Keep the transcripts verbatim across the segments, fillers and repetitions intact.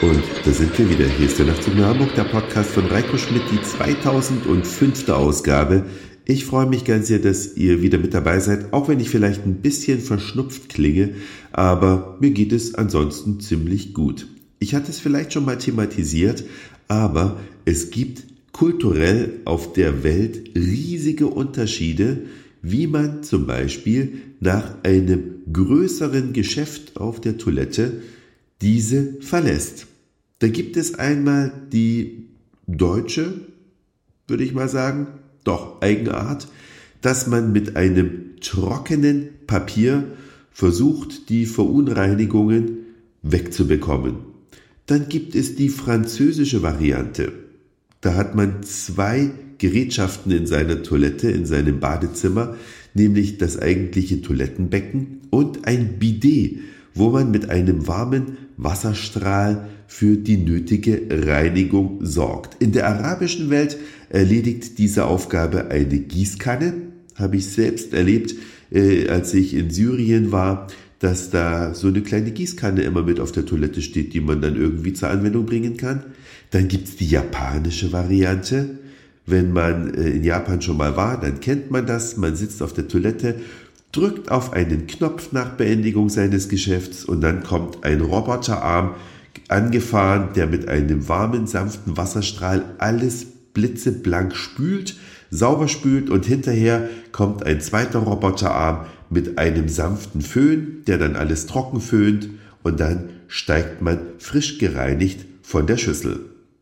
Und da sind wir wieder. Hier ist der Nachtzug nach Hamburg, der Podcast von Reiko Schmidt, die zweitausendfünfte Ausgabe. Ich freue mich ganz sehr, dass ihr wieder mit dabei seid, auch wenn ich vielleicht ein bisschen verschnupft klinge, aber mir geht es ansonsten ziemlich gut. Ich hatte es vielleicht schon mal thematisiert, aber es gibt kulturell auf der Welt riesige Unterschiede, wie man zum Beispiel nach einem größeren Geschäft auf der Toilette diese verlässt. Da gibt es einmal die deutsche, würde ich mal sagen, doch Eigenart, dass man mit einem trockenen Papier versucht, die Verunreinigungen wegzubekommen. Dann gibt es die französische Variante. Da hat man zwei Gerätschaften in seiner Toilette, in seinem Badezimmer, nämlich das eigentliche Toilettenbecken und ein Bidet, wo man mit einem warmen Wasserstrahl für die nötige Reinigung sorgt. In der arabischen Welt erledigt diese Aufgabe eine Gießkanne. Habe ich selbst erlebt, äh, als ich in Syrien war, dass da so eine kleine Gießkanne immer mit auf der Toilette steht, die man dann irgendwie zur Anwendung bringen kann. Dann gibt's die japanische Variante. Wenn man äh, in Japan schon mal war, dann kennt man das. Man sitzt auf der Toilette, drückt auf einen Knopf nach Beendigung seines Geschäfts und dann kommt ein Roboterarm angefahren, der mit einem warmen, sanften Wasserstrahl alles blitzeblank spült, sauber spült und hinterher kommt ein zweiter Roboterarm mit einem sanften Föhn, der dann alles trocken föhnt und dann steigt man frisch gereinigt von der Schüssel.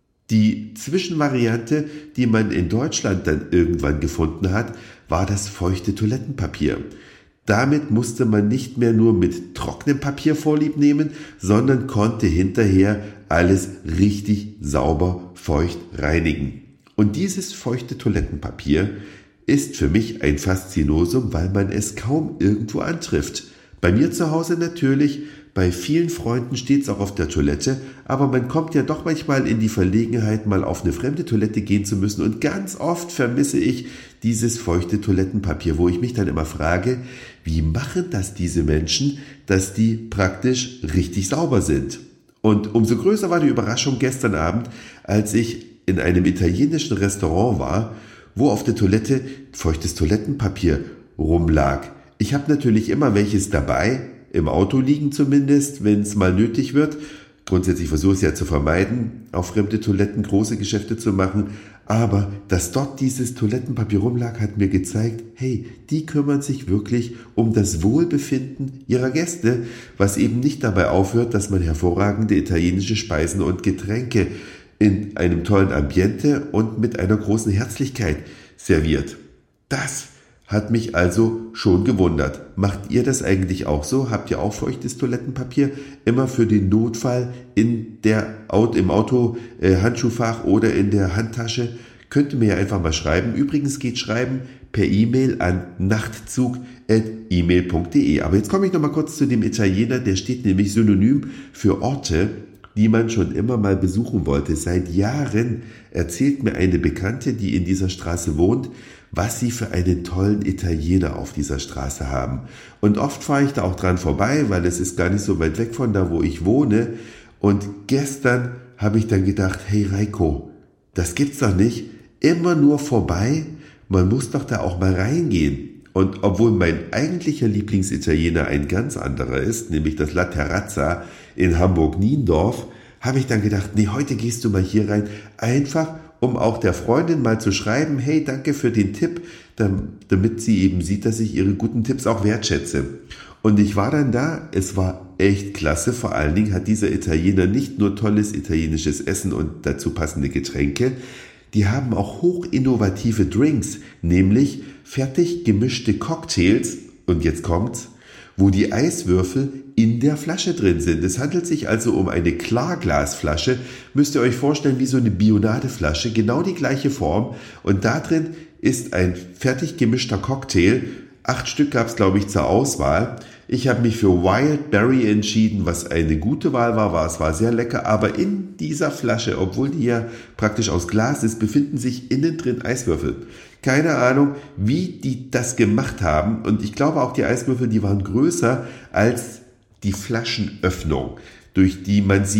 Die Zwischenvariante, die man in Deutschland dann irgendwann gefunden hat, war das feuchte Toilettenpapier. Damit musste man nicht mehr nur mit trockenem Papier Vorlieb nehmen, sondern konnte hinterher alles richtig sauber feucht reinigen. Und dieses feuchte Toilettenpapier ist für mich ein Faszinosum, weil man es kaum irgendwo antrifft. Bei mir zu Hause natürlich, bei vielen Freunden steht es auch auf der Toilette, aber man kommt ja doch manchmal in die Verlegenheit, mal auf eine fremde Toilette gehen zu müssen und ganz oft vermisse ich dieses feuchte Toilettenpapier, wo ich mich dann immer frage, wie machen das diese Menschen, dass die praktisch richtig sauber sind? Und umso größer war die Überraschung gestern Abend, als ich in einem italienischen Restaurant war, wo auf der Toilette feuchtes Toilettenpapier rumlag. Ich habe natürlich immer welches dabei, im Auto liegen zumindest, wenn es mal nötig wird. Grundsätzlich versuche ich es ja zu vermeiden, auf fremde Toiletten große Geschäfte zu machen. Aber dass dort dieses Toilettenpapier rumlag, hat mir gezeigt, hey, die kümmern sich wirklich um das Wohlbefinden ihrer Gäste, was eben nicht dabei aufhört, dass man hervorragende italienische Speisen und Getränke in einem tollen Ambiente und mit einer großen Herzlichkeit serviert. Das hat mich also schon gewundert. Macht ihr das eigentlich auch so? Habt ihr auch feuchtes Toilettenpapier immer für den Notfall in der, im Auto, äh, Handschuhfach oder in der Handtasche? Könnt ihr mir ja einfach mal schreiben. Übrigens geht schreiben per E-Mail an nachtzug at e mail punkt de. Aber jetzt komme ich noch mal kurz zu dem Italiener. Der steht nämlich synonym für Orte, die man schon immer mal besuchen wollte. Seit Jahren erzählt mir eine Bekannte, die in dieser Straße wohnt, was sie für einen tollen Italiener auf dieser Straße haben. Und oft fahre ich da auch dran vorbei, weil es ist gar nicht so weit weg von da, wo ich wohne. Und gestern habe ich dann gedacht, hey Reiko, das gibt's doch nicht. Immer nur vorbei, man muss doch da auch mal reingehen. Und obwohl mein eigentlicher Lieblingsitaliener ein ganz anderer ist, nämlich das La Terrazza in Hamburg-Niendorf, habe ich dann gedacht, nee, heute gehst du mal hier rein, einfach um auch der Freundin mal zu schreiben, hey, danke für den Tipp, damit sie eben sieht, dass ich ihre guten Tipps auch wertschätze. Und ich war dann da, es war echt klasse, vor allen Dingen hat dieser Italiener nicht nur tolles italienisches Essen und dazu passende Getränke, die haben auch hochinnovative Drinks, nämlich fertig gemischte Cocktails, und jetzt kommt's, wo die Eiswürfel in der Flasche drin sind. Es handelt sich also um eine Klarglasflasche, müsst ihr euch vorstellen wie so eine Bionadeflasche, genau die gleiche Form, und da drin ist ein fertig gemischter Cocktail. Acht Stück gab es, glaube ich, zur Auswahl. Ich habe mich für Wild Berry entschieden, was eine gute Wahl war, war es war sehr lecker, aber in dieser Flasche, obwohl die ja praktisch aus Glas ist, befinden sich innen drin Eiswürfel. Keine Ahnung, wie die das gemacht haben, und ich glaube auch die Eiswürfel, die waren größer als die Flaschenöffnung, durch die man sie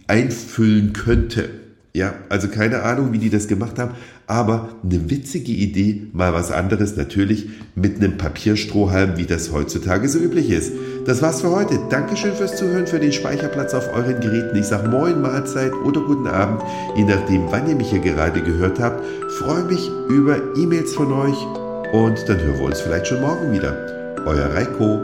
einfüllen könnte. Ja, also keine Ahnung, wie die das gemacht haben, aber eine witzige Idee, mal was anderes natürlich mit einem Papierstrohhalm, wie das heutzutage so üblich ist. Das war's für heute. Dankeschön fürs Zuhören, für den Speicherplatz auf euren Geräten. Ich sage Moin, Mahlzeit oder guten Abend, je nachdem, wann ihr mich hier gerade gehört habt. Freue mich über E-Mails von euch und dann hören wir uns vielleicht schon morgen wieder. Euer Reiko.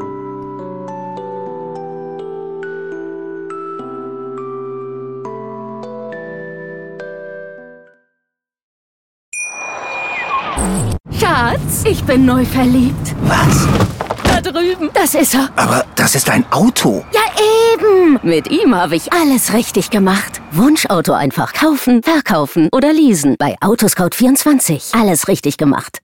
Schatz, ich bin neu verliebt. Was? Da drüben. Das ist er. Aber das ist ein Auto. Ja, eben. Mit ihm habe ich alles richtig gemacht. Wunschauto einfach kaufen, verkaufen oder leasen. Bei Autoscout vierundzwanzig. Alles richtig gemacht.